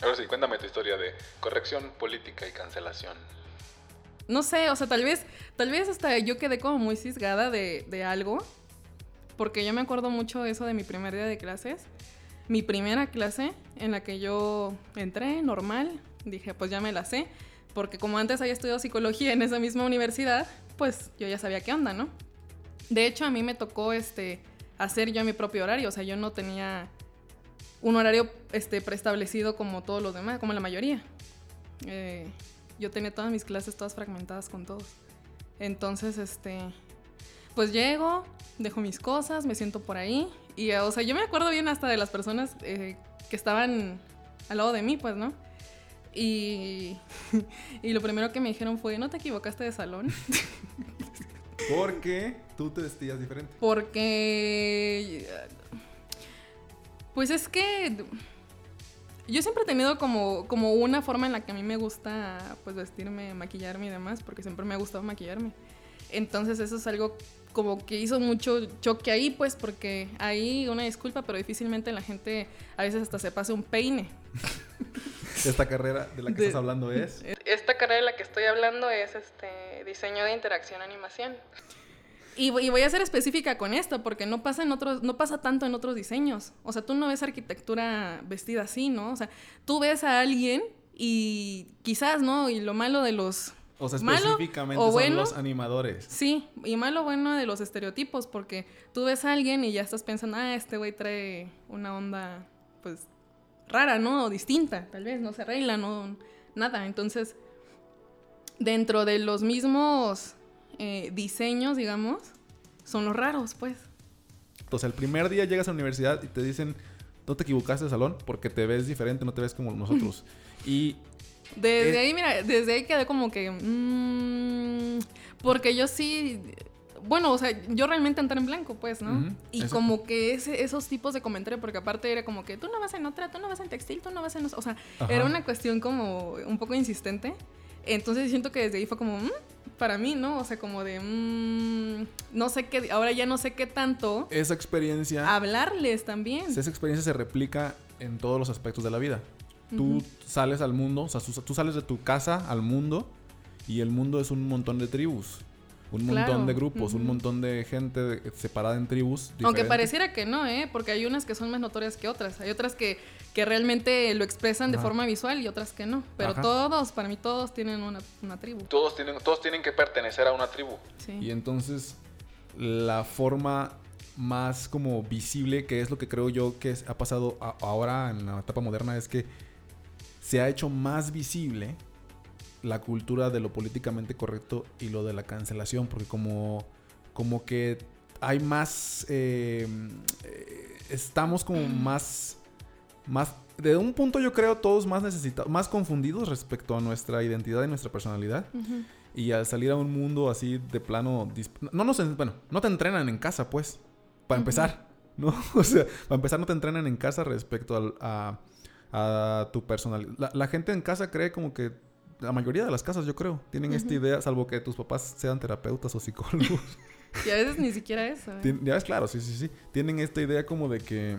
Ahora sí, cuéntame tu historia de corrección política y cancelación. No sé, o sea, tal vez hasta yo quedé como muy cisgada de algo, porque yo me acuerdo mucho de eso de mi primer día de clases. Mi primera clase en la que yo entré, normal, dije, pues ya me la sé, porque como antes había estudiado psicología en esa misma universidad, pues yo ya sabía qué onda, ¿no? De hecho, a mí me tocó hacer yo mi propio horario, o sea, yo no tenía un horario preestablecido como todos los demás, como la mayoría. Yo tenía todas mis clases todas fragmentadas con todos. Entonces, pues llego, dejo mis cosas, me siento por ahí. Y, o sea, yo me acuerdo bien hasta de las personas que estaban al lado de mí, pues, ¿no? Y lo primero que me dijeron fue, ¿no te equivocaste de salón? ¿Por qué tú te vestías diferente? Porque... Pues es que... Yo siempre he tenido como una forma en la que a mí me gusta pues vestirme, maquillarme y demás, porque siempre me ha gustado maquillarme. Entonces eso es algo como que hizo mucho choque ahí, pues, porque ahí, una disculpa, pero difícilmente la gente a veces hasta se pasa un peine. Esta carrera de la que estás hablando es... Esta carrera de la que estoy hablando es diseño de interacción animación. Y voy a ser específica con esto, porque no pasa tanto en otros diseños. O sea, tú no ves arquitectura vestida así, ¿no? O sea, tú ves a alguien y quizás, ¿no? Y lo malo de los... O sea, específicamente son bueno, los animadores. Sí, y malo bueno de los estereotipos, porque tú ves a alguien y ya estás pensando, este güey trae una onda, pues, rara, ¿no? O distinta, tal vez, no se arregla, no, nada. Entonces, dentro de los mismos... diseños, digamos, son los raros, pues. Entonces, el primer día llegas a la universidad y te dicen, no te equivocaste de salón porque te ves diferente, no te ves como nosotros. Y... Desde ahí, mira, desde ahí quedé como que... porque yo sí... Bueno, o sea, yo realmente entré en blanco, pues, ¿no? Uh-huh. Y eso. Como que esos tipos de comentarios, porque aparte era como que tú no vas en otra, tú no vas en textil, tú no vas en... O sea, ajá, era una cuestión como un poco insistente. Entonces siento que desde ahí fue como... para mí, ¿no? O sea, como de... no sé qué... Ahora ya no sé qué tanto... Esa experiencia... hablarles también. Esa experiencia se replica en todos los aspectos de la vida. Uh-huh. Tú sales al mundo, o sea, tú sales de tu casa al mundo y el mundo es un montón de tribus. Un montón de grupos, uh-huh, un montón de gente separada en tribus diferentes. Aunque pareciera que no, porque hay unas que son más notorias que otras. Hay otras que realmente lo expresan de forma visual y otras que no. Pero todos, para mí todos tienen una tribu. Todos tienen que pertenecer a una tribu. Sí. Y entonces la forma más como visible, que es lo que creo yo que ha pasado ahora en la etapa moderna, es que se ha hecho más visible la cultura de lo políticamente correcto y lo de la cancelación, porque como que hay más estamos como más de un punto yo creo todos más necesitados, más confundidos respecto a nuestra identidad y nuestra personalidad. Uh-huh. Y al salir a un mundo así de plano no te entrenan en casa, pues, para empezar, ¿no? O sea, para empezar no te entrenan en casa respecto a tu personalidad. La gente en casa cree como que la mayoría de las casas, yo creo, tienen esta idea, salvo que tus papás sean terapeutas o psicólogos. Y a veces ni siquiera eso. Ya ves, claro, sí. Tienen esta idea como de que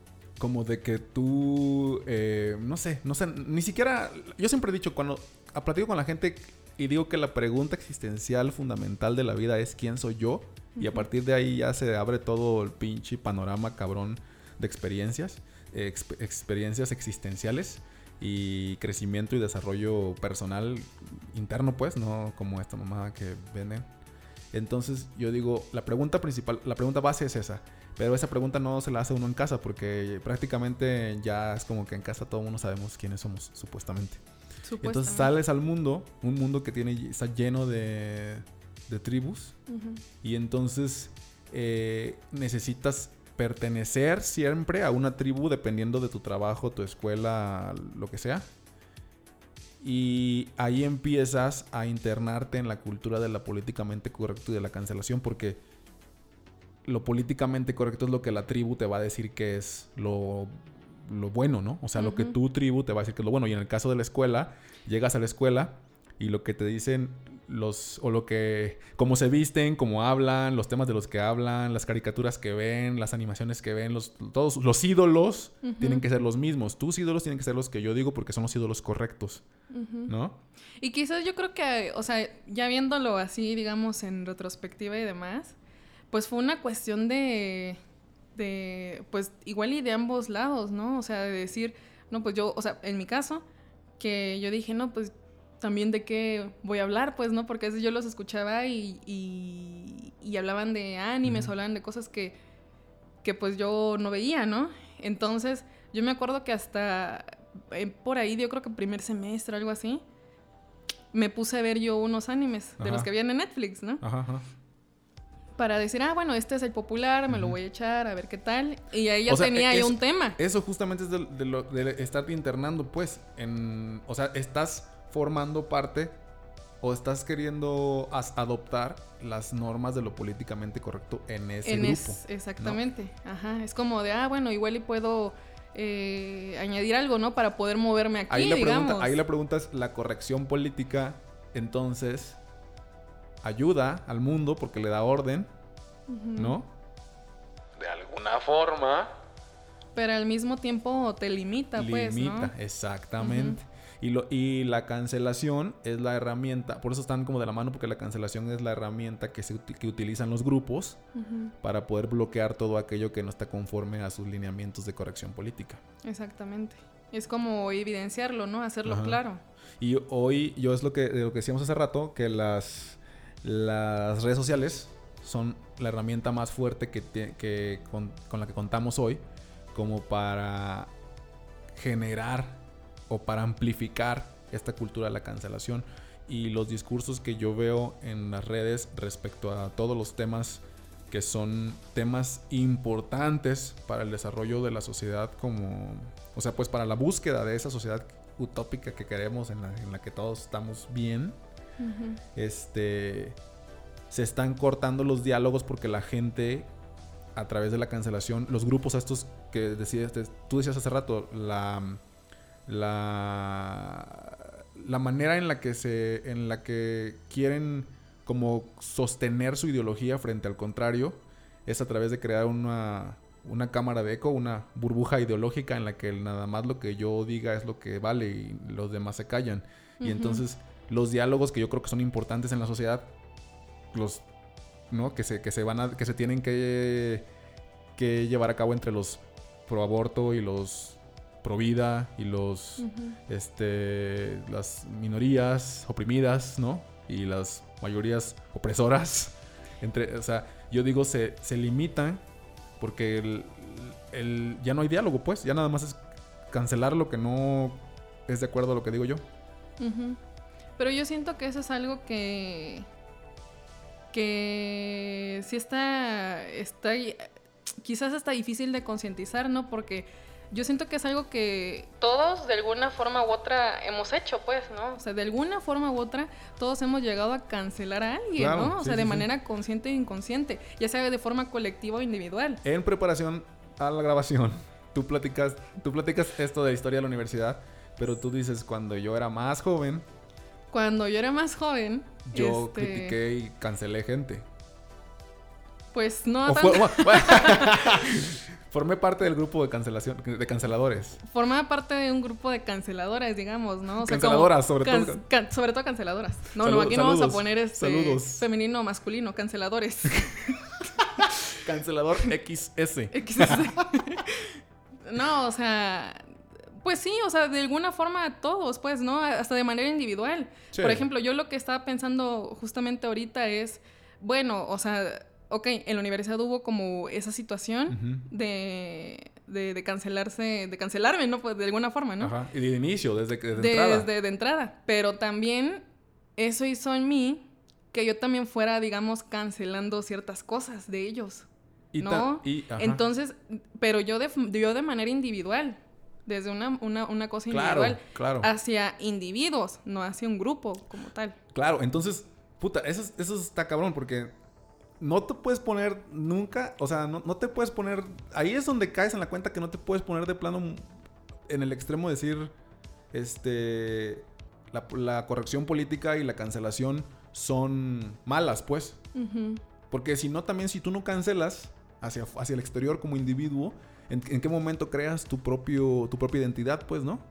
tú, no sé, ni siquiera... Yo siempre he dicho, cuando platico con la gente y digo que la pregunta existencial fundamental de la vida es ¿quién soy yo? Uh-huh. Y a partir de ahí ya se abre todo el pinche panorama cabrón de experiencias existenciales y crecimiento y desarrollo personal interno, pues, no como esta mamada que venden. Entonces yo digo, la pregunta base es esa, pero esa pregunta no se la hace uno en casa porque prácticamente ya es como que en casa todo el mundo sabemos quiénes somos, supuestamente. Entonces sales al mundo, un mundo que está lleno de tribus, uh-huh, y entonces necesitas pertenecer siempre a una tribu dependiendo de tu trabajo, tu escuela, lo que sea. Y ahí empiezas a internarte en la cultura de la políticamente correcto y de la cancelación, porque lo políticamente correcto es lo que la tribu te va a decir que es lo bueno, ¿no? O sea, uh-huh, lo que tu tribu te va a decir que es lo bueno. Y en el caso de la escuela, llegas a la escuela y lo que te dicen cómo se visten, cómo hablan, los temas de los que hablan, las caricaturas que ven, las animaciones que ven, todos los ídolos tienen que ser los mismos. Tus ídolos tienen que ser los que yo digo porque son los ídolos correctos, ¿no? Y quizás yo creo que, o sea, ya viéndolo así, digamos, en retrospectiva y demás, pues fue una cuestión de pues igual y de ambos lados, ¿no? O sea, de decir, no, pues yo, o sea, en mi caso, que yo dije, no, pues también de qué voy a hablar, pues, ¿no? Porque a veces yo los escuchaba y hablaban de animes, hablaban de cosas que pues yo no veía, ¿no? Entonces, yo me acuerdo que hasta por ahí, yo creo que primer semestre, algo así, me puse a ver yo unos animes de los que habían en Netflix, ¿no? Para decir, bueno, este es el popular, me lo voy a echar, a ver qué tal. Y ahí ya tenía ahí un tema. Eso justamente es de estarte internando, pues. O sea, estás formando parte o estás queriendo adoptar las normas de lo políticamente correcto en ese grupo. Exactamente. ¿No? Ajá. Es como de, bueno, igual y puedo añadir algo, ¿no? Para poder moverme aquí, ahí la pregunta es, ¿la corrección política, entonces, ayuda al mundo porque le da orden, ¿no? De alguna forma. Pero al mismo tiempo te limita, pues, ¿no? Exactamente. Y la cancelación es la herramienta, por eso están como de la mano, porque la cancelación es la herramienta que utilizan los grupos para poder bloquear todo aquello que no está conforme a sus lineamientos de corrección política. Exactamente. Es como evidenciarlo, ¿no? Hacerlo claro. Y hoy, de lo que decíamos hace rato, que las redes sociales son la herramienta más fuerte con la que contamos hoy, como para generar o para amplificar esta cultura de la cancelación. Y los discursos que yo veo en las redes respecto a todos los temas que son temas importantes para el desarrollo de la sociedad, o sea, pues para la búsqueda de esa sociedad utópica que queremos, en la que todos estamos bien, se están cortando los diálogos porque la gente, a través de la cancelación, los grupos estos que tú decías hace rato, la manera en la que quieren como sostener su ideología frente al contrario es a través de crear una cámara de eco, una burbuja ideológica en la que nada más lo que yo diga es lo que vale y los demás se callan. Y entonces los diálogos que yo creo que son importantes en la sociedad, ¿no? que se tienen que llevar a cabo entre los pro aborto y los pro vida y las minorías oprimidas, ¿no? Y las mayorías opresoras. O sea, yo digo se limitan porque ya no hay diálogo, pues. Ya nada más es cancelar lo que no es de acuerdo a lo que digo yo. Pero yo siento que eso es algo que sí está quizás está difícil de concientizar, ¿no? Porque yo siento que es algo que todos de alguna forma u otra hemos hecho, pues, ¿no? O sea, de alguna forma u otra todos hemos llegado a cancelar a alguien, claro, ¿no? O sea, de manera consciente e inconsciente, ya sea de forma colectiva o individual. En preparación a la grabación, tú platicas esto de la historia de la universidad, pero tú dices, cuando yo era más joven, yo critiqué y cancelé gente. Pues no. Formé parte del grupo de canceladores. Formaba parte de un grupo de canceladoras, digamos, ¿no? O sea, canceladoras, sobre todo. Sobre todo canceladoras. No, aquí no vamos a poner femenino o masculino, canceladores. Cancelador XS. No, o sea, pues sí, o sea, de alguna forma todos, pues, ¿no? Hasta de manera individual. Sí. Por ejemplo, yo lo que estaba pensando justamente ahorita es, bueno, o sea, ok, en la universidad hubo como esa situación de cancelarme, ¿no? Pues de alguna forma, ¿no? Ajá. Y de inicio, desde entrada. Desde entrada. Pero también eso hizo en mí que yo también fuera, digamos, cancelando ciertas cosas de ellos, ¿no? Entonces, pero yo de manera individual, desde una cosa individual, claro, hacia individuos, no hacia un grupo como tal. Claro, entonces, puta, eso está cabrón, porque no te puedes poner nunca, o sea, no te puedes poner, ahí es donde caes en la cuenta que no te puedes poner de plano en el extremo de decir, la corrección política y la cancelación son malas, pues. Ujú. Porque si no, también si tú no cancelas hacia el exterior como individuo, ¿en qué momento creas tu propia identidad, pues, no?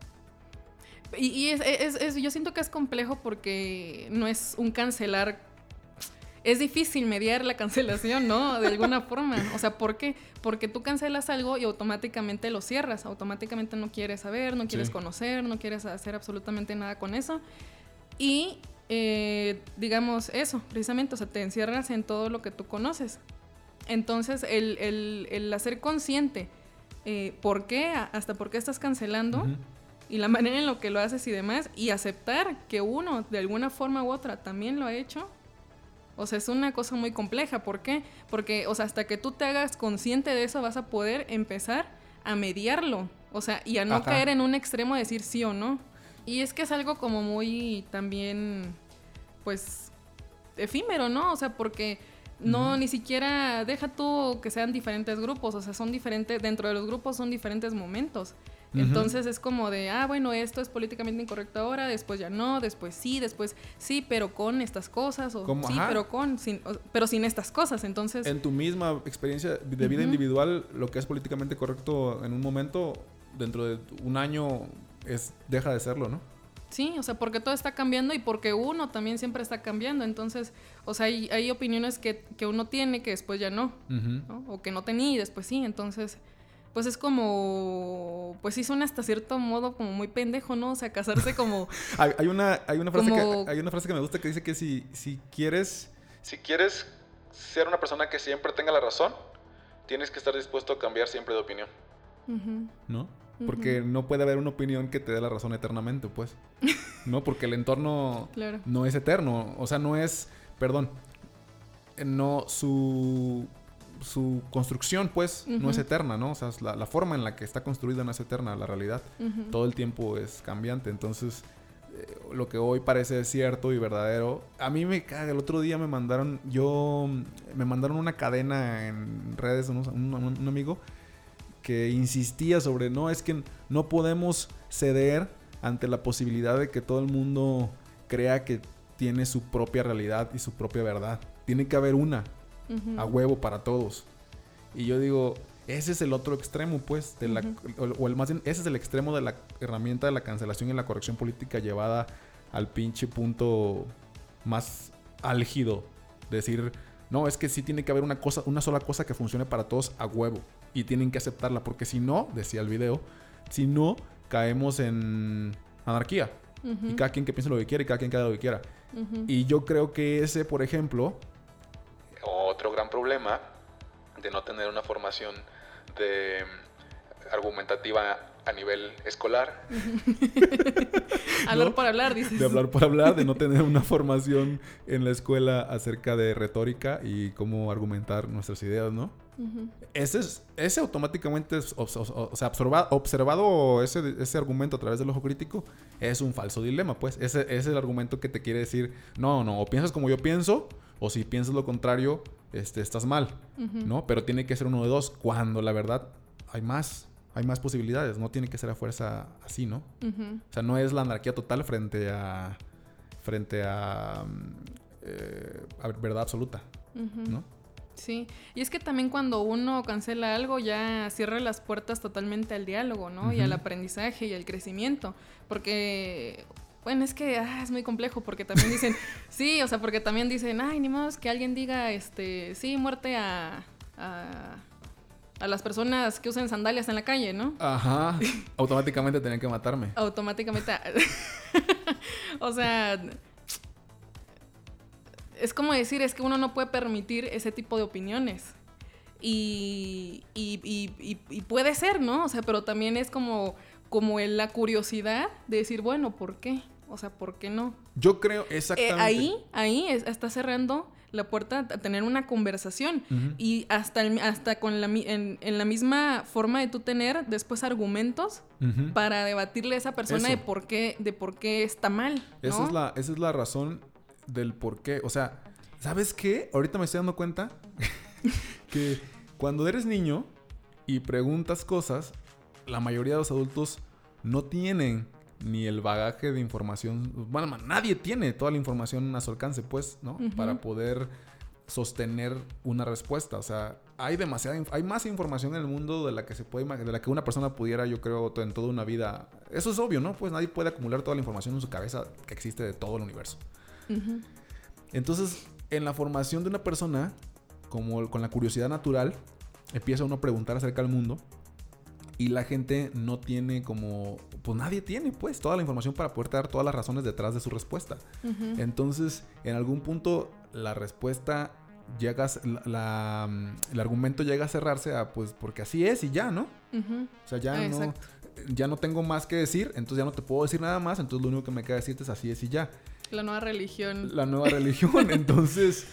Y yo siento que es complejo porque no es un cancelar. Es difícil mediar la cancelación, ¿no? De alguna forma. O sea, ¿por qué? Porque tú cancelas algo y automáticamente lo cierras. Automáticamente no quieres saber, no quieres conocer, no quieres hacer absolutamente nada con eso. Y, digamos, eso, precisamente, o sea, te encierras en todo lo que tú conoces. Entonces, el hacer consciente por qué, hasta por qué estás cancelando, y la manera en la que lo haces y demás, y aceptar que uno, de alguna forma u otra, también lo ha hecho. O sea, es una cosa muy compleja. ¿Por qué? Porque, o sea, hasta que tú te hagas consciente de eso, vas a poder empezar a mediarlo. O sea, y a no caer en un extremo de decir sí o no. Y es que es algo como muy también, pues, efímero, ¿no? O sea, porque no, ni siquiera, deja tú que sean diferentes grupos. O sea, son diferentes, dentro de los grupos son diferentes momentos. Entonces es como de, bueno, esto es políticamente incorrecto ahora, después ya no, después sí, pero con estas cosas, o sí, pero sin estas cosas. Entonces, en tu misma experiencia de vida individual, lo que es políticamente correcto en un momento, dentro de un año, deja de serlo, ¿no? Sí, o sea, porque todo está cambiando y porque uno también siempre está cambiando. Entonces, o sea, hay opiniones que uno tiene que después ya no, ¿no? O que no tenía y después sí. Entonces, pues es como, pues sí suena hasta cierto modo como muy pendejo, ¿no? O sea, casarse como... hay una frase como... hay una frase que me gusta que dice que si quieres ser una persona que siempre tenga la razón, tienes que estar dispuesto a cambiar siempre de opinión. ¿No? Porque no puede haber una opinión que te dé la razón eternamente, pues. ¿No? Porque el entorno no es eterno. O sea, no es... Perdón. No, su construcción, pues, no es eterna, ¿no? O sea, la forma en la que está construida no es eterna, la realidad. Todo el tiempo es cambiante. Entonces, lo que hoy parece cierto y verdadero... A mí me caga. El otro día me mandaron una cadena en redes, un amigo, que insistía sobre, no, es que no podemos ceder ante la posibilidad de que todo el mundo crea que tiene su propia realidad y su propia verdad. Tiene que haber una a huevo para todos. Y yo digo, ese es el otro extremo, pues, más bien, ese es el extremo de la herramienta de la cancelación y la corrección política llevada al pinche punto más álgido. Decir, no, es que sí tiene que haber una sola cosa que funcione para todos a huevo. Y tienen que aceptarla, porque si no, decía el video, si no, caemos en anarquía. Y cada quien que piense lo que quiera y cada quien que haga lo que quiera. Y yo creo que ese, por ejemplo... Otro gran problema de no tener una formación argumentativa a nivel escolar. Hablar por hablar, dices. De hablar por hablar, de no tener una formación en la escuela acerca de retórica y cómo argumentar nuestras ideas, ¿no? Ese automáticamente, o sea, observado ese argumento a través del ojo crítico, es un falso dilema, pues. Ese es el argumento que te quiere decir, no, o piensas como yo pienso, o si piensas lo contrario, estás mal, ¿no? Pero tiene que ser uno de dos, cuando la verdad hay más posibilidades, no tiene que ser a fuerza así, ¿no? O sea, no es la anarquía total frente a verdad absoluta, ¿no? Sí, y es que también cuando uno cancela algo ya cierra las puertas totalmente al diálogo, ¿no? Y al aprendizaje y al crecimiento, porque... Bueno, es que es muy complejo porque también dicen... sí, o sea, porque también dicen... Ay, ni modo que alguien diga, sí, muerte a las personas que usen sandalias en la calle, ¿no? Ajá. Automáticamente tenían que matarme. Automáticamente. O sea... Es como decir, es que uno no puede permitir ese tipo de opiniones. Y puede ser, ¿no? O sea, pero también es como la curiosidad de decir, bueno, ¿por qué? O sea, ¿por qué no? Yo creo exactamente. Ahí está cerrando la puerta a tener una conversación. Y hasta en la misma forma de tú tener después argumentos para debatirle a esa persona de por qué está mal, ¿no? Esa es la razón del por qué. O sea, ¿sabes qué? Ahorita me estoy dando cuenta que cuando eres niño y preguntas cosas, la mayoría de los adultos no tienen ni el bagaje de información. Bueno, nadie tiene toda la información a su alcance, pues, ¿no? Para poder sostener una respuesta. O sea, hay más información en el mundo de la que de la que una persona pudiera, yo creo, en toda una vida. Eso es obvio, ¿no? Pues nadie puede acumular toda la información en su cabeza que existe de todo el universo. Entonces, en la formación de una persona, como con la curiosidad natural, empieza uno a preguntar acerca del mundo. Y la gente no tiene como... Pues nadie tiene, pues, toda la información para poder dar todas las razones detrás de su respuesta. Entonces, en algún punto, la respuesta llega... el argumento llega a cerrarse a, pues, porque así es y ya, ¿no? O sea, ya no tengo más que decir, entonces ya no te puedo decir nada más, entonces lo único que me queda decirte es así es y ya. La nueva religión. Entonces,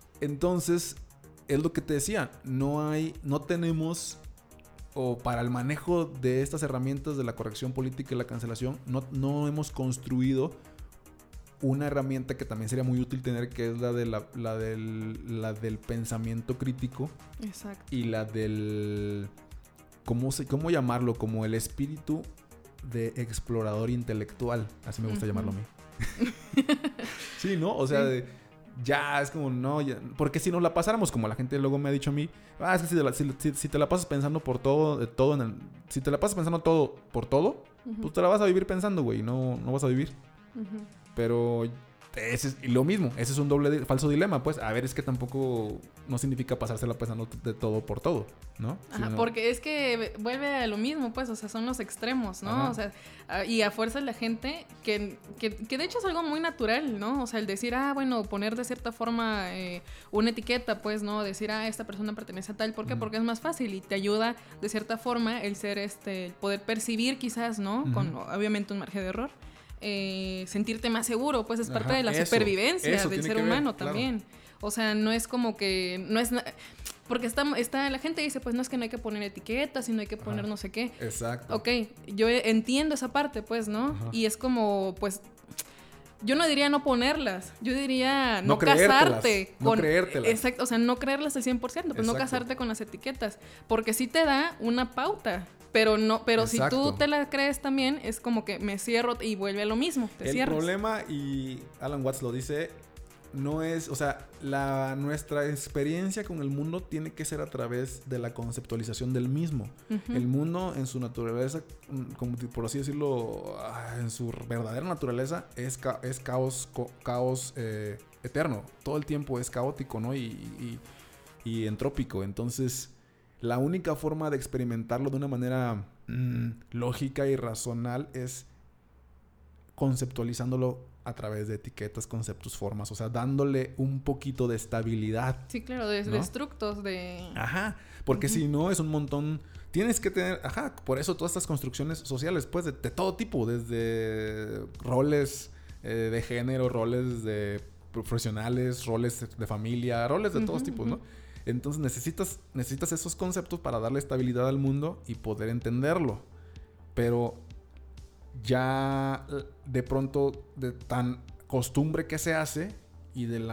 es lo que te decía. No tenemos... o para el manejo de estas herramientas de la corrección política y la cancelación, no hemos construido una herramienta que también sería muy útil tener, que es la del pensamiento crítico. Exacto. Y la del... ¿Cómo llamarlo? Como el espíritu de explorador intelectual. Así me gusta llamarlo a mí. Sí, ¿no? O sea, ya es como, no, ya, porque si nos la pasáramos, como la gente luego me ha dicho a mí, es que si te la pasas pensando por todo, si te la pasas pensando todo por todo, pues te la vas a vivir pensando, güey, no vas a vivir. Pero y lo mismo, ese es un falso dilema, pues. A ver, es que tampoco no significa pasársela pensando de todo por todo, ¿no? Ajá, porque es que vuelve a lo mismo, pues, o sea, son los extremos, ¿no? Ajá. O sea, y a fuerza la gente, que de hecho es algo muy natural, ¿no? O sea, el decir, bueno, poner de cierta forma una etiqueta, pues, ¿no? Decir, esta persona pertenece a tal, ¿por qué? Porque es más fácil y te ayuda de cierta forma el ser, el poder percibir quizás, ¿no? Con obviamente un margen de error. Sentirte más seguro, pues es parte de la supervivencia del ser humano también. O sea, no es como que... no es porque la gente dice, pues no es que no hay que poner etiquetas y no hay que poner no sé qué. Exacto. Ok, yo entiendo esa parte, pues, ¿no? Y es como, pues... Yo no diría no ponerlas, yo diría no casarte con... No creértelas. Exacto, o sea, no creerlas al 100%, pues no casarte con las etiquetas, porque sí te da una pauta. Pero si tú te la crees también, es como que me cierro y vuelve a lo mismo, te cierras. El problema, y Alan Watts lo dice, no es... O sea, nuestra experiencia con el mundo tiene que ser a través de la conceptualización del mismo. El mundo en su naturaleza, como por así decirlo, en su verdadera naturaleza, es caos eterno. Todo el tiempo es caótico, ¿no? Y entrópico. Entonces... la única forma de experimentarlo de una manera lógica y racional es conceptualizándolo a través de etiquetas, conceptos, formas. O sea, dándole un poquito de estabilidad. Sí, claro, de estructos, de... Ajá, porque si no es un montón... Tienes que tener... Ajá, por eso todas estas construcciones sociales, pues, de todo tipo. Desde roles de género, roles de profesionales, roles de familia, roles de todos tipos, ¿no? Entonces necesitas esos conceptos para darle estabilidad al mundo y poder entenderlo. Pero ya de pronto, de tan costumbre que se hace y de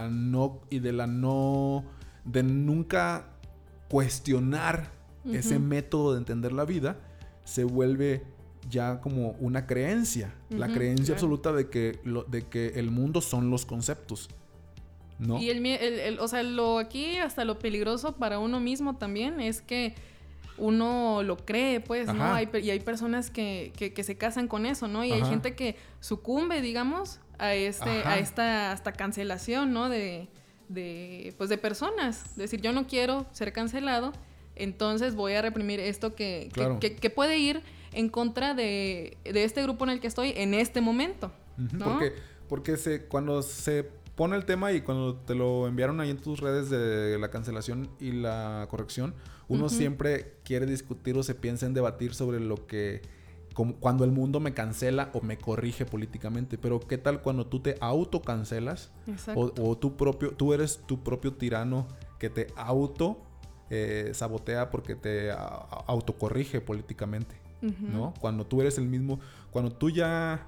nunca cuestionar ese método de entender la vida, se vuelve ya como una creencia. La creencia absoluta de que el mundo son los conceptos. ¿No? Y o sea, aquí hasta lo peligroso para uno mismo también es que uno lo cree, pues, ¿no? Y hay personas que se casan con eso, ¿no? Y hay gente que sucumbe, digamos, a esta hasta cancelación, ¿no? De personas. Es decir, yo no quiero ser cancelado, entonces voy a reprimir esto que puede ir en contra de este grupo en el que estoy en este momento, ¿no? Porque cuando se pone el tema y cuando te lo enviaron ahí en tus redes de la cancelación y la corrección, uno siempre quiere discutir o se piensa en debatir sobre cuando el mundo me cancela o me corrige políticamente. Pero ¿qué tal cuando tú te autocancelas? O tú eres tu propio tirano que te sabotea porque te autocorrige políticamente, ¿no? Cuando tú eres el mismo, cuando tú ya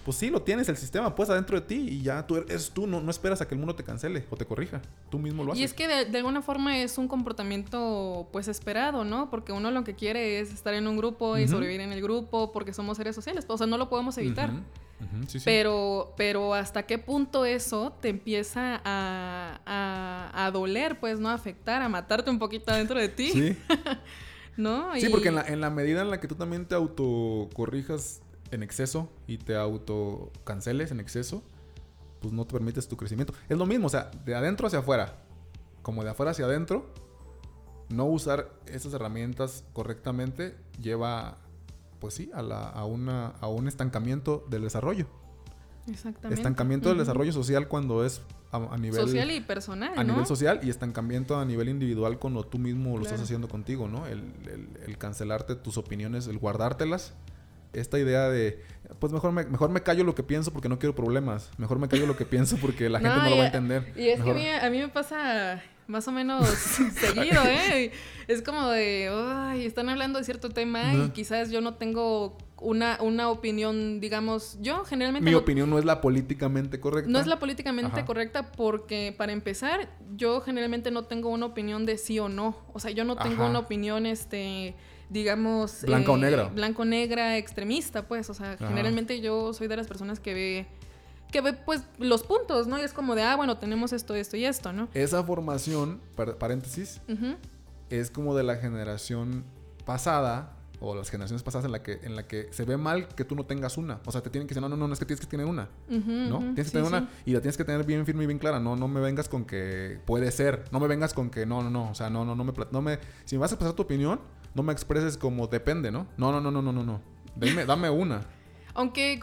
pues sí, lo tienes el sistema, pues adentro de ti y ya tú eres tú, no esperas a que el mundo te cancele o te corrija, tú mismo lo haces. Y es que de alguna forma es un comportamiento pues esperado, ¿no? Porque uno lo que quiere es estar en un grupo y sobrevivir en el grupo porque somos seres sociales, o sea, no lo podemos evitar. Sí, sí. Pero hasta qué punto eso te empieza a doler, pues, ¿no? A afectar, a matarte un poquito dentro de ti. Sí. ¿No? Sí, porque en la medida en la que tú también te autocorrijas en exceso y te autocanceles en exceso, pues no te permites tu crecimiento. Es lo mismo, o sea, de adentro hacia afuera, como de afuera hacia adentro, no usar esas herramientas correctamente lleva, pues sí, a un estancamiento del desarrollo. Exactamente. Estancamiento del desarrollo social cuando es a nivel... social y personal, a ¿no? nivel social, y estancamiento a nivel individual cuando tú mismo lo Claro. estás haciendo contigo, ¿no? El cancelarte tus opiniones, el guardártelas. Esta idea de, pues mejor me callo lo que pienso porque no quiero problemas. Mejor me callo lo que pienso porque la gente no lo va a entender. Y es mejor... que a mí me pasa más o menos seguido, ¿eh? Es como de, ay, están hablando de cierto tema y quizás yo no tengo una opinión, digamos, yo generalmente... Mi opinión no es la políticamente correcta. No es la políticamente correcta porque, para empezar, yo generalmente no tengo una opinión de sí o no. O sea, yo no tengo una opinión, digamos... Blanca o negra. Blanco o negra, extremista, pues. O sea, generalmente yo soy de las personas que ve, pues, los puntos, ¿no? Y es como de, bueno, tenemos esto y esto, ¿no? Esa formación, paréntesis, es como de la generación pasada, o las generaciones pasadas en la que se ve mal que tú no tengas una. O sea, te tienen que decir, no, es que tienes que tener una. ¿No? Tienes que tener una y la tienes que tener bien firme y bien clara. No me vengas con que puede ser. No me vengas con que no. O sea, no me... Si me vas a expresar tu opinión, no me expreses como depende, ¿no? No. Dame una. Aunque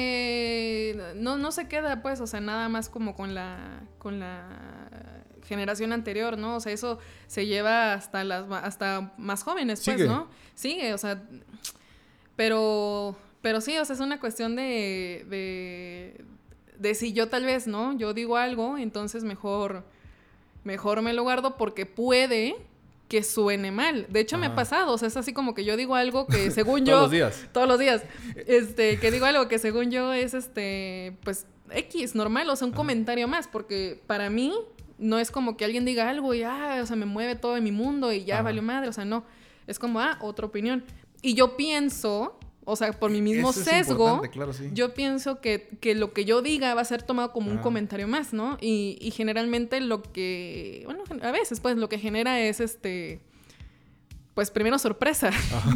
no se queda, pues, o sea, nada más como con la generación anterior, ¿no? O sea, eso se lleva hasta más jóvenes, pues, ¿no? Sigue, o sea, pero sí, o sea, es una cuestión de si yo tal vez, ¿no? Yo digo algo, entonces mejor me lo guardo porque puede que suene mal. De hecho, me ha pasado, o sea, es así como que yo digo algo que según yo... Todos los días. Que digo algo que según yo es, pues, X, normal, o sea, un comentario más, porque para mí no es como que alguien diga algo y, o sea, me mueve todo en mi mundo y ya valió madre, o sea, no. Es como, otra opinión. Y yo pienso, o sea, por mi mismo sesgo, claro, sí. yo pienso que lo que yo diga va a ser tomado como un comentario más, ¿no? Y generalmente lo que, bueno, a veces, pues, lo que genera es, pues, primero sorpresa.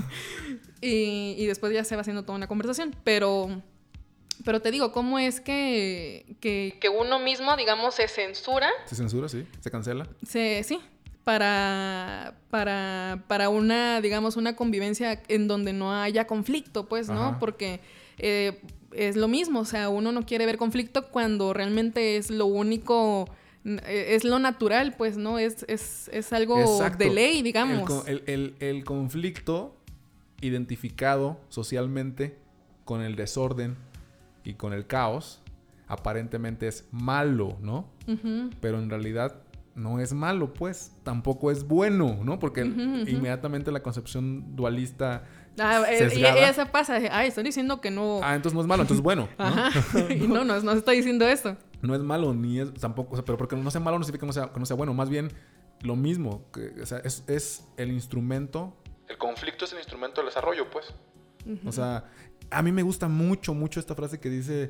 y después ya se va haciendo toda una conversación. Pero te digo, ¿cómo es que uno mismo, digamos, se censura? Se censura, sí. Se cancela. Sí. Para una, digamos, una convivencia en donde no haya conflicto, pues, ¿no? Porque es lo mismo, o sea, uno no quiere ver conflicto cuando realmente es lo único, es lo natural, pues, ¿no? Es algo de ley, digamos. El conflicto identificado socialmente con el desorden y con el caos aparentemente es malo, ¿no? Pero en realidad no es malo, pues. Tampoco es bueno, ¿no? Porque inmediatamente la concepción dualista sesgada. Y esa pasa. Estoy diciendo que no... entonces no es malo, entonces es bueno, ¿no? Y no estoy diciendo eso. No es malo, ni es tampoco... O sea, pero porque no sea malo no significa que no sea bueno. Más bien, lo mismo. O sea, es el instrumento... El conflicto es el instrumento del desarrollo, pues. O sea, a mí me gusta mucho esta frase que dice...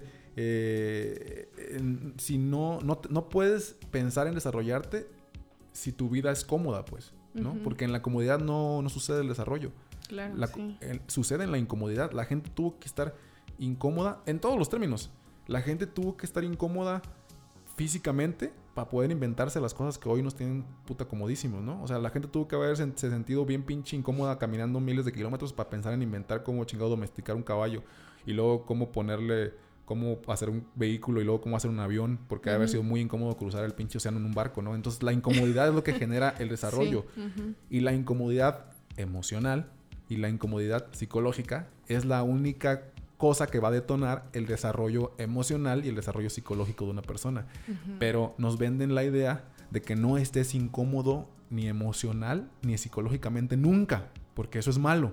si no puedes pensar en desarrollarte si tu vida es cómoda, pues, ¿no? Porque en la comodidad no sucede el desarrollo. Claro, sí. Sucede en la incomodidad. La gente tuvo que estar incómoda en todos los términos. La gente tuvo que estar incómoda físicamente para poder inventarse las cosas que hoy nos tienen puta comodísimos, ¿no? O sea, la gente tuvo que haberse sentido bien pinche incómoda caminando miles de kilómetros para pensar en inventar cómo chingado domesticar un caballo y luego cómo hacer un vehículo y luego cómo hacer un avión, porque debe haber sido muy incómodo cruzar el pinche océano en un barco, ¿no? Entonces la incomodidad es lo que genera el desarrollo. Sí. Y la incomodidad emocional y la incomodidad psicológica es la única cosa que va a detonar el desarrollo emocional y el desarrollo psicológico de una persona. Pero nos venden la idea de que no estés incómodo ni emocional ni psicológicamente nunca, porque eso es malo.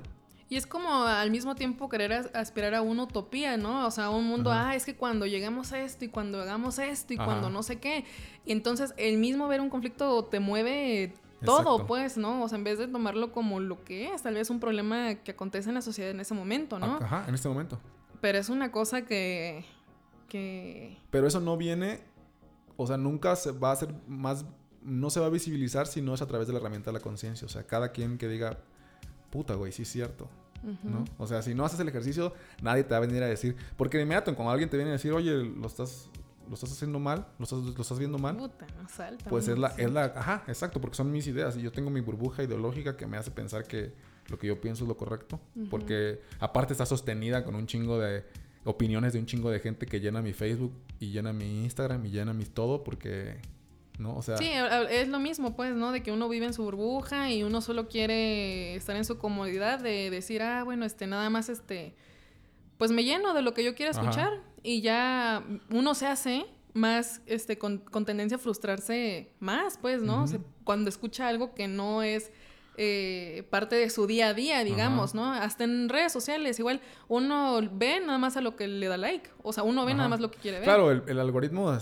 Y es como al mismo tiempo querer aspirar a una utopía, ¿no? O sea, un mundo, es que cuando lleguemos a esto y cuando hagamos esto y cuando no sé qué. Y entonces el mismo ver un conflicto te mueve todo, Exacto. pues, ¿no? O sea, en vez de tomarlo como lo que es, tal vez un problema que acontece en la sociedad en ese momento, ¿no? Ajá, en este momento. Pero es una cosa que... Pero eso no viene, o sea, nunca se va a hacer más, no se va a visibilizar si no es a través de la herramienta de la conciencia. O sea, cada quien que diga, puta, güey, sí es cierto. ¿No? O sea, si no haces el ejercicio, nadie te va a venir a decir. Porque de inmediato, cuando alguien te viene a decir, oye, lo estás haciendo mal, lo estás viendo mal. Puta, no salta. Pues ajá, exacto, porque son mis ideas. Y yo tengo mi burbuja ideológica que me hace pensar que lo que yo pienso es lo correcto. Porque aparte está sostenida con un chingo de opiniones de un chingo de gente que llena mi Facebook y llena mi Instagram y llena mi todo porque... ¿no? O sea... Sí, es lo mismo, pues, ¿no? De que uno vive en su burbuja y uno solo quiere estar en su comodidad de decir, bueno, nada más, pues me lleno de lo que yo quiero escuchar. Ajá. Y ya uno se hace más, con tendencia a frustrarse más, pues, ¿no? O sea, cuando escucha algo que no es parte de su día a día, digamos, ¿no? Hasta en redes sociales, igual, uno ve nada más a lo que le da like. O sea, uno ve nada más lo que quiere ver. Claro, el algoritmo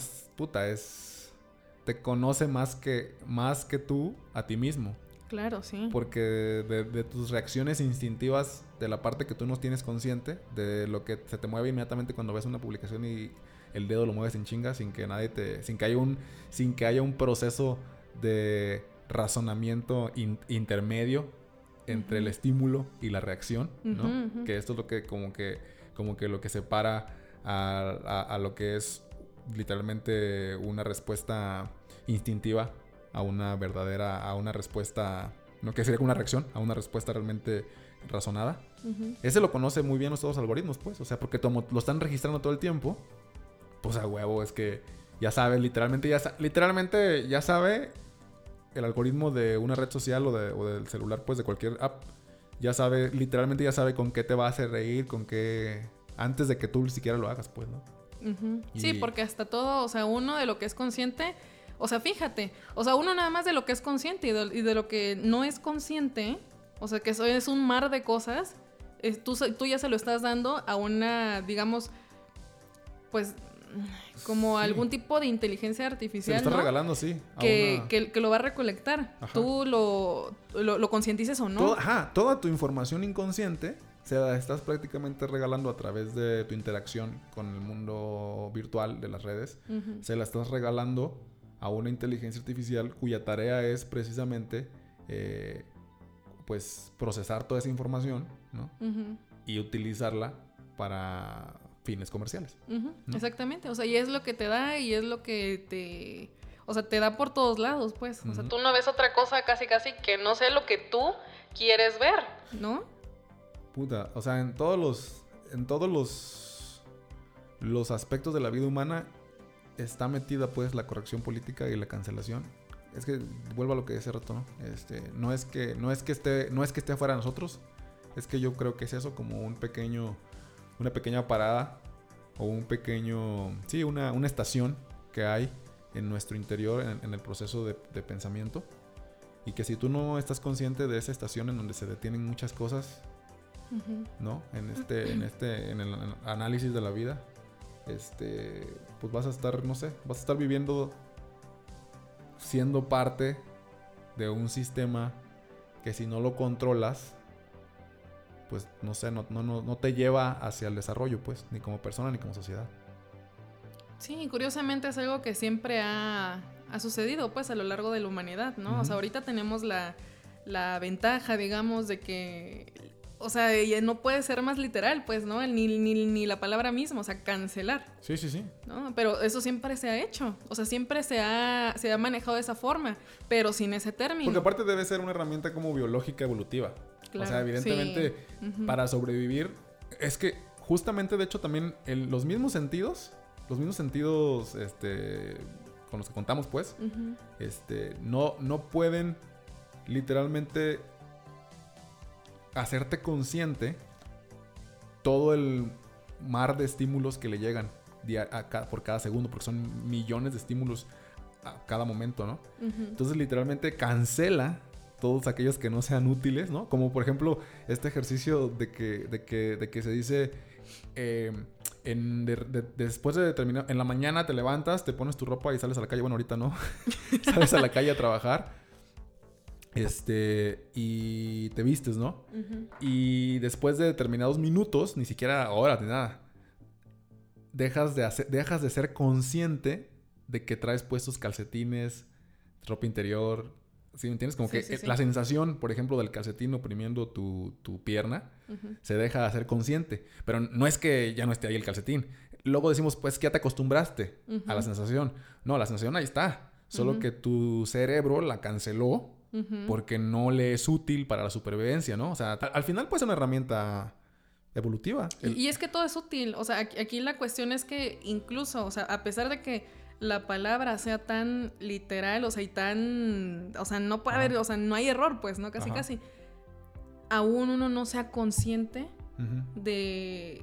te conoce más que tú a ti mismo. Claro, sí. Porque de tus reacciones instintivas, de la parte que tú no tienes consciente, de lo que se te mueve inmediatamente cuando ves una publicación y el dedo lo mueves en chinga sin que haya un proceso de razonamiento intermedio entre el estímulo y la reacción, ¿no? Que esto es lo que como que lo que separa a lo que es literalmente una respuesta instintiva a una respuesta, no que sería como una reacción, a una respuesta realmente razonada. Ese lo conoce muy bien los algoritmos, pues, o sea, porque como lo están registrando todo el tiempo, pues a huevo, es que ya sabe, literalmente ya sabe el algoritmo de una red social o del celular, pues, de cualquier app, literalmente ya sabe con qué te va a hacer reír, con qué, antes de que tú siquiera lo hagas, pues, ¿no? Sí, porque hasta todo, o sea, uno de lo que es consciente, o sea, fíjate, o sea, uno nada más de lo que es consciente y de lo que no es consciente, o sea, que eso es un mar de cosas, tú ya se lo estás dando a una, digamos, pues, como algún tipo de inteligencia artificial, se lo está regalando, sí. Que lo va a recolectar. Ajá. Tú lo concientices o no. Toda tu información inconsciente se la estás prácticamente regalando a través de tu interacción con el mundo virtual de las redes. Se la estás regalando a una inteligencia artificial cuya tarea es precisamente pues procesar toda esa información, ¿no? Y utilizarla para fines comerciales, ¿no? Exactamente, o sea, y es lo que te da y es lo que te da por todos lados, pues. O sea, tú no ves otra cosa casi que no sé lo que tú quieres ver, ¿no? Puta, o sea, en todos los aspectos de la vida humana está metida, pues, la corrección política y la cancelación. Es que vuelvo a lo que decía hace rato, ¿no? No es que esté fuera de nosotros. Es que yo creo que es eso, como una pequeña parada o una estación que hay en nuestro interior en el proceso de pensamiento, y que si tú no estás consciente de esa estación en donde se detienen muchas cosas, ¿no? En el análisis de la vida, pues vas a estar viviendo siendo parte de un sistema que si no lo controlas, pues no sé, no te lleva hacia el desarrollo, pues, ni como persona ni como sociedad. Sí, curiosamente es algo que siempre ha sucedido, pues, a lo largo de la humanidad, ¿no? O sea, ahorita tenemos la ventaja, digamos, de que, o sea, no puede ser más literal, pues, ¿no? Ni la palabra misma, o sea, cancelar. Sí. ¿No? Pero eso siempre se ha hecho, o sea, siempre se ha manejado de esa forma, pero sin ese término. Porque aparte debe ser una herramienta como biológica evolutiva. Claro, o sea, evidentemente, sí. Para sobrevivir, es que justamente, de hecho, también los mismos sentidos con los que contamos, pues, no pueden literalmente hacerte consciente todo el mar de estímulos que le llegan por cada segundo, porque son millones de estímulos a cada momento, ¿no? Entonces, literalmente cancela todos aquellos que no sean útiles, ¿no? Como por ejemplo este ejercicio de que se dice después de terminar, en la mañana te levantas, te pones tu ropa y sales a la calle. Bueno, ahorita no. Sales a la calle a trabajar. Y te vistes, ¿no? Uh-huh. Y después de determinados minutos, ni siquiera horas ni nada, dejas de ser consciente de que traes puestos calcetines, ropa interior. ¿Sí me entiendes? Como sí, que sí. La sensación, por ejemplo, del calcetín oprimiendo tu pierna, uh-huh, se deja de hacer consciente. Pero no es que ya no esté ahí el calcetín. Luego decimos, pues, que ya te acostumbraste, uh-huh, a la sensación. No, la sensación ahí está. Solo, uh-huh, que tu cerebro la canceló, uh-huh, porque no le es útil para la supervivencia, ¿no? O sea, al final puede ser una herramienta evolutiva. Y es que todo es útil. O sea, aquí la cuestión es que incluso, o sea, a pesar de que la palabra sea tan literal, o sea, y tan... O sea, no puede haber... O sea, no hay error, pues, ¿no? Casi, casi. Aún uno no sea consciente, uh-huh, de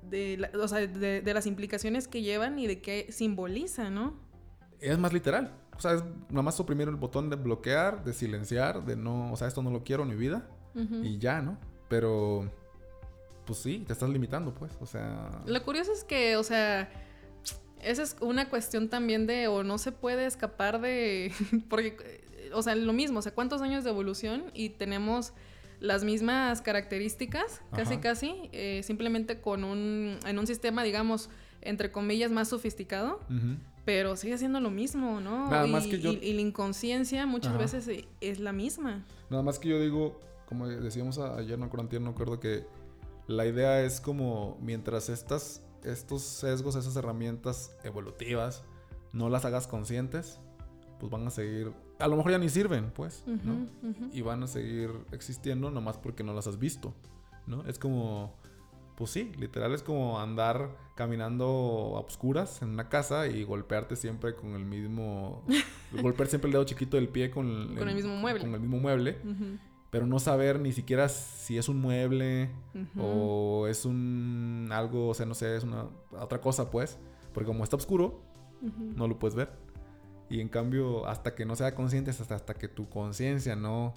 las implicaciones que llevan y de qué simboliza, ¿no? Es más literal. O sea, es nada más oprimir el botón de bloquear, de silenciar, de no... O sea, esto no lo quiero en mi vida. Uh-huh. Y ya, ¿no? Pero... Pues sí, te estás limitando, pues. O sea... Lo curioso es que, o sea... Esa es una cuestión también de... O no se puede escapar de... Porque, o sea, lo mismo. O sea, ¿cuántos años de evolución? Y tenemos las mismas características, casi, casi. Simplemente en un sistema, digamos, entre comillas, más sofisticado. Uh-huh. Pero sigue siendo lo mismo, ¿no? Nada más que yo... y la inconsciencia muchas veces es la misma. Nada más que yo digo, como decíamos ayer, no acuerdo que la idea es como mientras estos sesgos, esas herramientas evolutivas, no las hagas conscientes, pues van a seguir... A lo mejor ya ni sirven, pues, uh-huh, ¿no? Uh-huh. Y van a seguir existiendo nomás porque no las has visto, ¿no? Es como... Pues sí, literal es como andar caminando a oscuras en una casa y golpearte siempre con el mismo... golpear siempre el dedo chiquito del pie con el mismo mueble. Con el mismo mueble. Uh-huh. Pero no saber ni siquiera si es un mueble, uh-huh, o es algo, o sea, no sé, es una otra cosa, pues. Porque como está oscuro, uh-huh, no lo puedes ver. Y en cambio, hasta que no sea consciente, hasta que tu conciencia no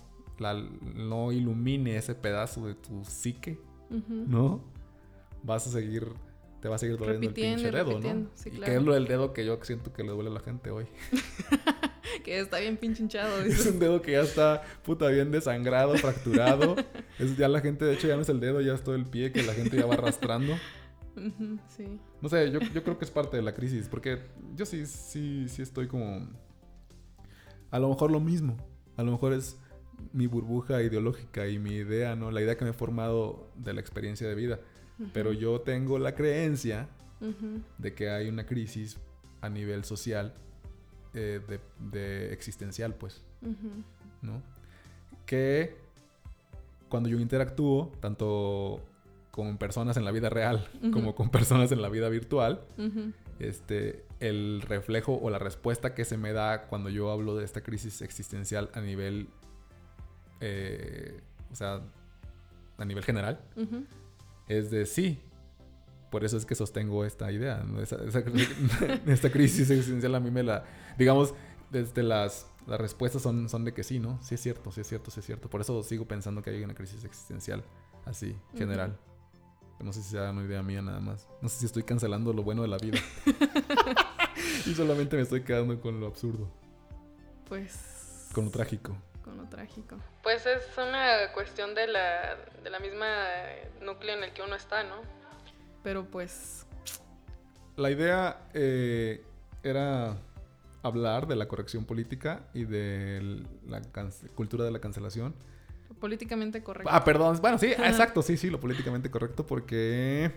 ilumine ese pedazo de tu psique, uh-huh, ¿no? Te va a seguir doliendo el pinche dedo, ¿no? Sí, claro. Y que es lo del dedo que yo siento que le duele a la gente hoy. Que está bien pinche hinchado. Es un dedo que ya está bien desangrado, fracturado. Ya la gente, de hecho, ya no es el dedo, ya es todo el pie que la gente ya va arrastrando. Uh-huh, sí. No sé, yo creo que es parte de la crisis, porque yo sí estoy como... A lo mejor lo mismo. A lo mejor es mi burbuja ideológica y mi idea, ¿no? La idea que me he formado de la experiencia de vida. Uh-huh. Pero yo tengo la creencia, uh-huh, de que hay una crisis a nivel social, de existencial, pues, uh-huh, ¿no? Que cuando yo interactúo tanto con personas en la vida real, uh-huh, como con personas en la vida virtual, uh-huh, el reflejo o la respuesta que se me da cuando yo hablo de esta crisis existencial a nivel o sea, a nivel general, uh-huh, es de sí. Por eso es que sostengo esta idea, ¿no? Esta crisis existencial a mí digamos, desde las respuestas son de que sí, ¿no? Sí es cierto. Por eso sigo pensando que hay una crisis existencial así, general. Uh-huh. No sé si sea una idea mía nada más. No sé si estoy cancelando lo bueno de la vida. Y solamente me estoy quedando con lo absurdo. Pues... Con lo trágico. Pues es una cuestión de la misma núcleo en el que uno está, ¿no? Pero pues... La idea era hablar de la corrección política y de la cultura de la cancelación. Políticamente correcto. Perdón. Bueno, sí, exacto. Sí, lo políticamente correcto porque...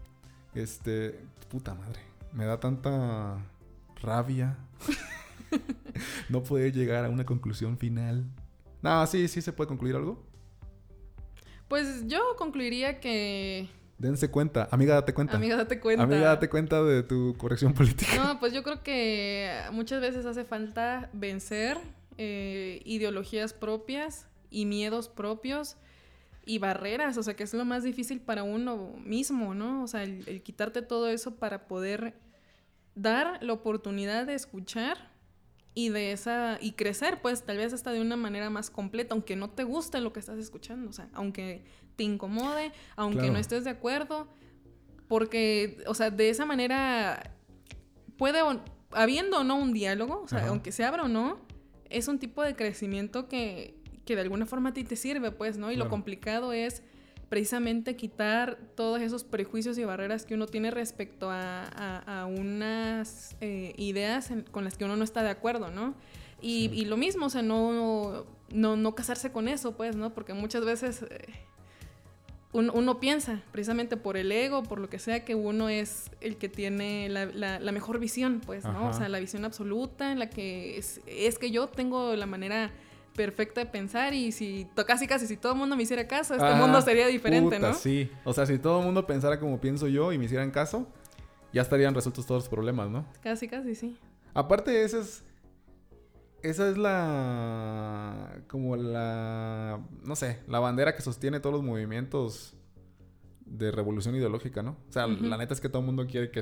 Puta madre. Me da tanta rabia no poder llegar a una conclusión final. No, sí se puede concluir algo. Pues yo concluiría que... Dense cuenta. Amiga, date cuenta. Amiga, date cuenta de tu corrección política. No, pues yo creo que muchas veces hace falta vencer ideologías propias y miedos propios y barreras. O sea, que es lo más difícil para uno mismo, ¿no? O sea, el quitarte todo eso para poder dar la oportunidad de escuchar y crecer, pues, tal vez hasta de una manera más completa, aunque no te guste lo que estás escuchando, o sea, aunque te incomode, aunque no estés de acuerdo, porque, o sea, de esa manera habiendo o no un diálogo, o sea, aunque se abra o no, es un tipo de crecimiento que de alguna forma a ti te sirve, pues, ¿no? Y lo complicado es precisamente quitar todos esos prejuicios y barreras que uno tiene respecto a unas ideas con las que uno no está de acuerdo, ¿no? Y lo mismo, o sea, no casarse con eso, pues, ¿no? Porque muchas veces uno piensa, precisamente por el ego, por lo que sea, que uno es el que tiene la mejor visión, pues, ¿no? O sea, la visión absoluta en la que es que yo tengo la manera perfecta de pensar y si casi si todo el mundo me hiciera caso, este mundo sería diferente, puta, ¿no? Sí, o sea, si todo el mundo pensara como pienso yo y me hicieran caso, ya estarían resueltos todos los problemas, ¿no? Casi, sí. Aparte, esa es no sé, la bandera que sostiene todos los movimientos de revolución ideológica, ¿no? O sea, la neta es que todo el mundo quiere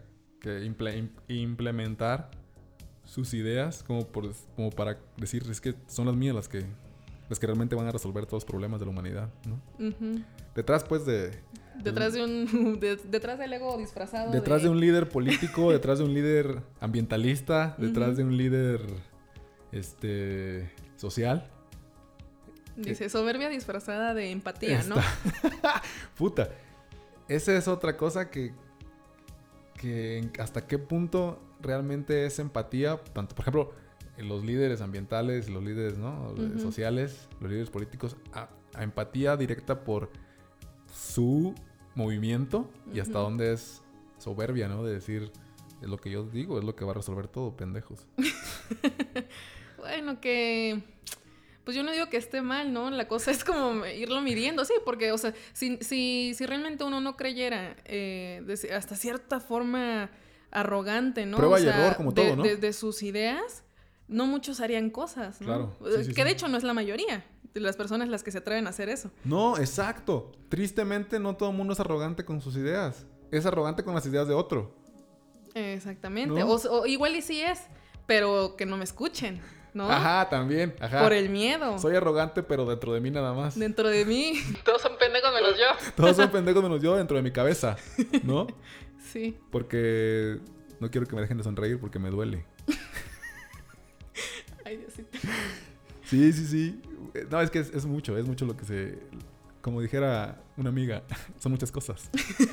implementar sus ideas como para decir, es que son las mías las que realmente van a resolver todos los problemas de la humanidad, ¿no? Detrás, pues, detrás del ego disfrazado. Detrás de un líder político, detrás de un líder ambientalista, detrás de un líder social. Dice, soberbia disfrazada de empatía, ¿no? Puta. Esa es otra cosa que hasta qué punto realmente es empatía, tanto, por ejemplo, los líderes ambientales, los líderes, ¿no? Sociales, los líderes políticos, a empatía directa por su movimiento y hasta dónde es soberbia, ¿no? De decir, es lo que yo digo, es lo que va a resolver todo, pendejos. Bueno, pues yo no digo que esté mal, ¿no? La cosa es como irlo midiendo, sí, porque, o sea, si realmente uno no creyera hasta cierta forma arrogante, ¿no? Prueba y error, como todo, ¿no? De sus ideas, no muchos harían cosas, ¿no? Claro. Sí, que de hecho no es la mayoría de las personas las que se atreven a hacer eso. No, exacto. Tristemente no todo el mundo es arrogante con sus ideas. Es arrogante con las ideas de otro. Exactamente. ¿No? O igual y sí es, pero que no me escuchen, ¿no? Ajá, también. Ajá. Por el miedo. Soy arrogante, pero dentro de mí nada más. Dentro de mí. Todos son pendejos menos yo. Todos son pendejos menos yo dentro de mi cabeza, ¿no? Sí. Porque no quiero que me dejen de sonreír porque me duele. Ay, Diosito. Sí. No, es que es mucho lo que se... Como dijera una amiga, son muchas cosas.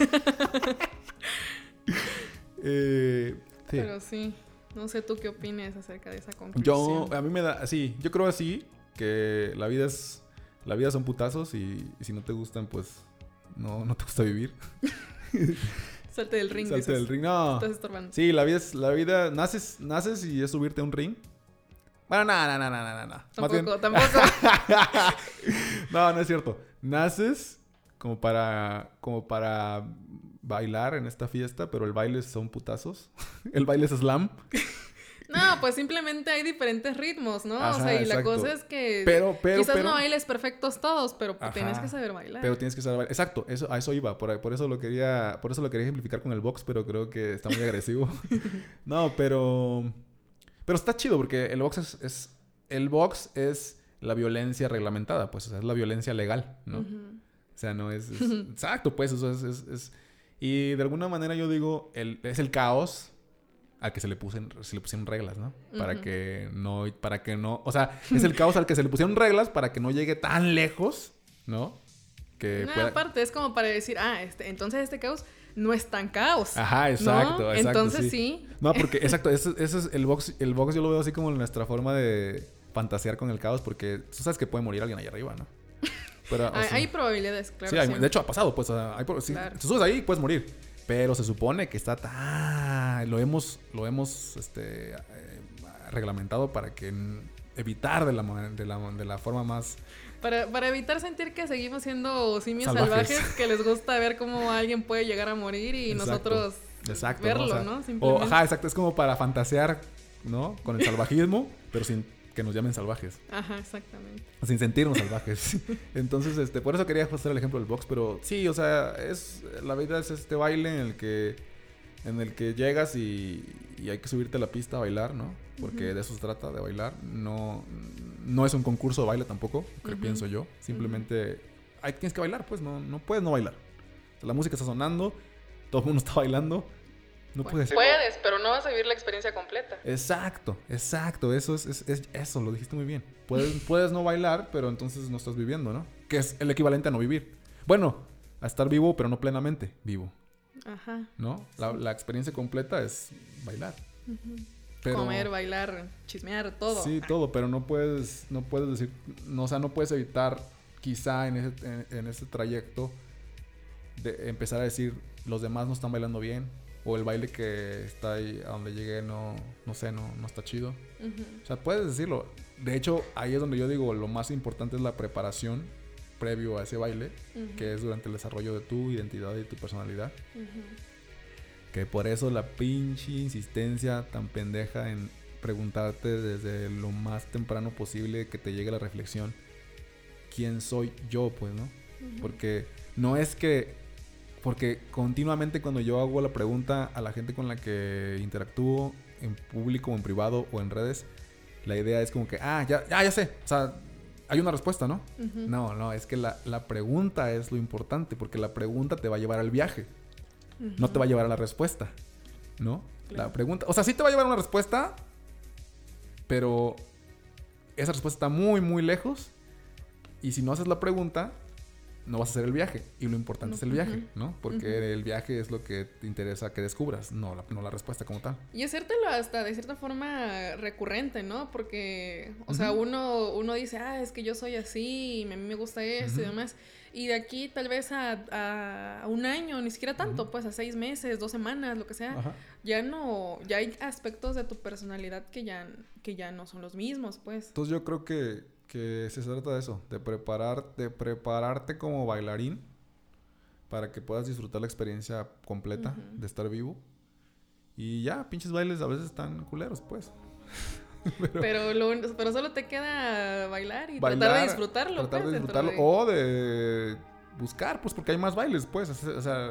Sí. Pero sí, no sé tú qué opines acerca de esa conclusión. A mí me da... Sí, yo creo así, que la vida son putazos y si no te gustan, pues no te gusta vivir. Salte del ring. Salte del ring, no. Estás estorbando. Sí, la vida, naces y es subirte a un ring. Bueno, no. Tampoco. No es cierto. Naces como para bailar en esta fiesta, pero el baile son putazos. El baile es slam. No, pues simplemente hay diferentes ritmos, ¿no? Ajá, o sea, y exacto. la cosa es que pero no bailes perfectos todos, pero ajá, tienes que saber bailar. Pero tienes que saber bailar. Exacto, a eso iba. Por eso lo quería ejemplificar con el box, pero creo que está muy agresivo. No, pero está chido porque el box es la violencia reglamentada, pues, o sea, es la violencia legal, ¿no? O sea, no es exacto, pues, eso es y de alguna manera yo digo, es el caos al que se le pusieron reglas, ¿no? Para que no, o sea, es el caos al que se le pusieron reglas para que no llegue tan lejos, ¿no? Aparte, es como para decir, entonces este caos no es tan caos. Ajá, exacto, ¿no? exacto. Entonces sí. No, porque, exacto, eso es el box yo lo veo así como nuestra forma de fantasear con el caos, porque tú sabes que puede morir alguien ahí arriba, ¿no? Pero, hay probabilidades, claro. Sí, de hecho ha pasado, pues, claro. Si te subes ahí, puedes morir. Pero se supone que está lo hemos reglamentado para que evitar de la forma más... Para evitar sentir que seguimos siendo simios salvajes que les gusta ver cómo alguien puede llegar a morir y nosotros verlo, ¿no? O sea, ¿no? Simplemente. Ajá, exacto. Es como para fantasear, ¿no? Con el salvajismo, pero sin que nos llamen salvajes. Ajá, exactamente. Sin sentirnos salvajes. Entonces, por eso quería hacer el ejemplo del box, pero sí, o sea, la vida es este baile en el que llegas y y hay que subirte a la pista a bailar, ¿no? Porque de eso se trata, de bailar. No es un concurso de baile tampoco, que pienso yo. Simplemente tienes que bailar, pues no puedes no bailar. O sea, la música está sonando, todo el mundo está bailando. No puedes. Puedes, pero no vas a vivir la experiencia completa. Exacto. Eso es eso, lo dijiste muy bien. Puedes no bailar, pero entonces no estás viviendo, ¿no? Que es el equivalente a no vivir. Bueno, a estar vivo, pero no plenamente vivo. Ajá. ¿No? Sí. La experiencia completa es bailar. Pero, comer, bailar, chismear, todo. Sí, todo, pero no puedes decir, no, o sea, no puedes evitar quizá en ese trayecto de empezar a decir los demás no están bailando bien, o el baile que está ahí a donde llegué no está chido. O sea, puedes decirlo. De hecho, ahí es donde yo digo, lo más importante es la preparación previo a ese baile, que es durante el desarrollo de tu identidad y tu personalidad. Que por eso la pinche insistencia tan pendeja en preguntarte desde lo más temprano posible que te llegue la reflexión, ¿quién soy yo? Pues, ¿no? Porque no es que... Porque continuamente cuando yo hago la pregunta a la gente con la que interactúo, en público o en privado o en redes, la idea es como que, ya sé, o sea, hay una respuesta, ¿no? No, es que la pregunta es lo importante, porque la pregunta te va a llevar al viaje, no te va a llevar a la respuesta, ¿no? Claro. La pregunta, o sea, sí te va a llevar a una respuesta, pero esa respuesta está muy, muy lejos, y si no haces la pregunta, no vas a hacer el viaje. Y lo importante es el viaje, ¿no? Porque el viaje es lo que te interesa que descubras, no la respuesta como tal. Y hacértelo hasta de cierta forma recurrente, ¿no? Porque, o sea, uno dice, es que yo soy así, y a mí me gusta esto y demás. Y de aquí tal vez a un año, ni siquiera tanto, pues a 6 meses, 2 semanas, lo que sea, ya hay aspectos de tu personalidad que ya no son los mismos, pues. Entonces yo creo que se trata de eso, de prepararte como bailarín para que puedas disfrutar la experiencia completa de estar vivo. Y ya, pinches bailes a veces están culeros, pues. pero solo te queda bailar y tratar de disfrutarlo. O de buscar, pues, porque hay más bailes, pues. O sea,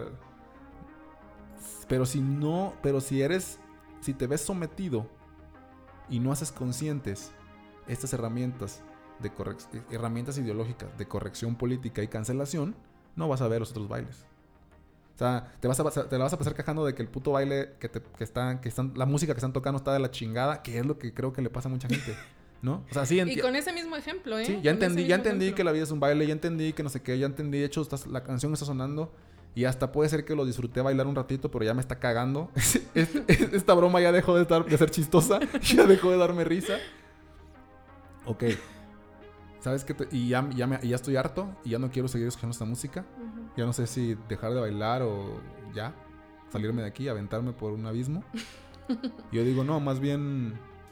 si te ves sometido y no haces conscientes estas herramientas herramientas ideológicas de corrección política y cancelación, no vas a ver los otros bailes. O sea, te la vas a pasar quejando de que el puto baile la música que están tocando está de la chingada, que es lo que creo que le pasa a mucha gente, ¿no? O sea, sí, y con ese mismo ejemplo, ¿eh? Sí, ya entendí que la vida es un baile, ya entendí que no sé qué, ya entendí, de hecho la canción está sonando y hasta puede ser que lo disfruté bailar un ratito, pero ya me está cagando. Esta broma ya dejó de ser chistosa, ya dejó de darme risa. Ok. ¿Sabes qué? Y ya estoy harto y ya no quiero seguir escuchando esta música. Ya no sé si dejar de bailar o ya salirme de aquí, aventarme por un abismo. Yo digo, no, más bien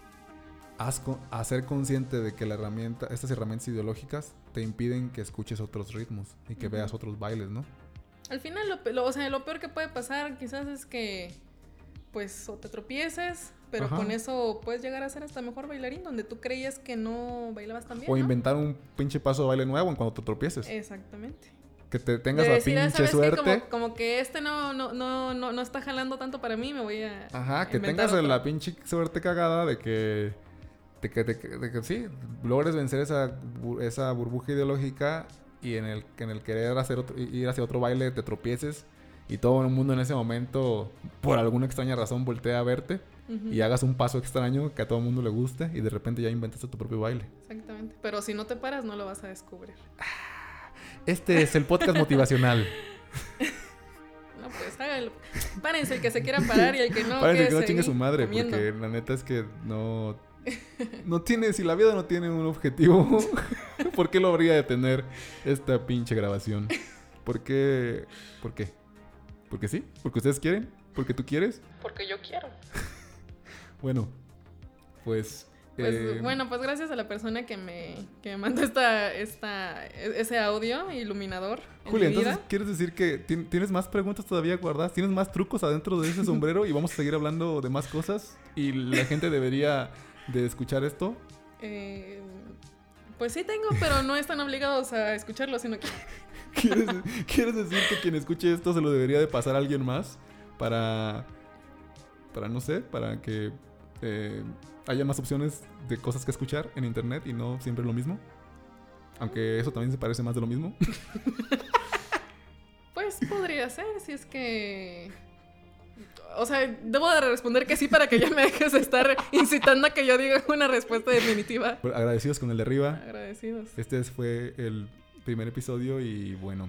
hacer consciente de que estas herramientas ideológicas te impiden que escuches otros ritmos y que veas otros bailes, ¿no? Al final, lo peor que puede pasar quizás es que, pues, o te tropieces, pero con eso puedes llegar a ser hasta mejor bailarín, donde tú creías que no bailabas tan bien, o inventar un pinche paso de baile nuevo en cuando te tropieces. Exactamente. Que te tengas la pinche suerte. Como que no está jalando tanto para mí, me voy a que tengas la pinche suerte cagada de que sí, logres vencer esa burbuja ideológica y en el querer ir hacia otro baile te tropieces y todo el mundo en ese momento, por alguna extraña razón, voltea a verte y hagas un paso extraño que a todo el mundo le guste y de repente ya inventaste tu propio baile. Exactamente. Pero si no te paras, no lo vas a descubrir. Este es el podcast motivacional. No, pues háganlo. Párense el que se quiera parar y el que no. Párense el que no chingue su madre, comiendo. Porque la neta es que no tiene, si la vida no tiene un objetivo, ¿por qué lo habría de tener esta pinche grabación? ¿Por qué? ¿Porque sí? ¿Porque ustedes quieren? ¿Porque tú quieres? Porque yo quiero. Bueno, pues gracias a la persona que me mandó ese audio iluminador. Julia, entonces, ¿quieres decir que tienes más preguntas todavía guardadas? ¿Tienes más trucos adentro de ese sombrero? Y vamos a seguir hablando de más cosas. ¿Y la gente debería de escuchar esto? Pues sí tengo, pero no están obligados a escucharlo, sino que... ¿Quieres decir que quien escuche esto se lo debería de pasar a alguien más? Para para no sé, para que haya más opciones de cosas que escuchar en internet y no siempre lo mismo. Aunque eso también se parece más de lo mismo. Pues podría ser, si es que... O sea, debo de responder que sí para que ya me dejes de estar incitando a que yo diga una respuesta definitiva. Agradecidos con el de arriba. Agradecidos. Este fue el primer episodio y bueno.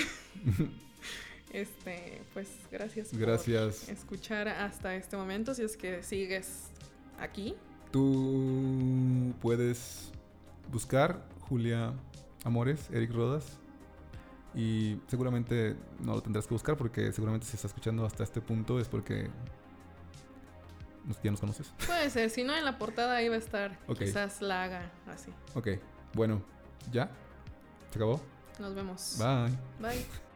Pues gracias. Gracias. Por escuchar hasta este momento, si es que sigues aquí. Tú puedes buscar Julia Amores, Eric Rodas. Y seguramente no lo tendrás que buscar porque seguramente si estás escuchando hasta este punto es porque ya nos conoces. Puede ser, si no en la portada ahí va a estar. Okay. Quizás la haga así. Ok, bueno, ¿ya? ¿Se acabó? Nos vemos. Bye. Bye.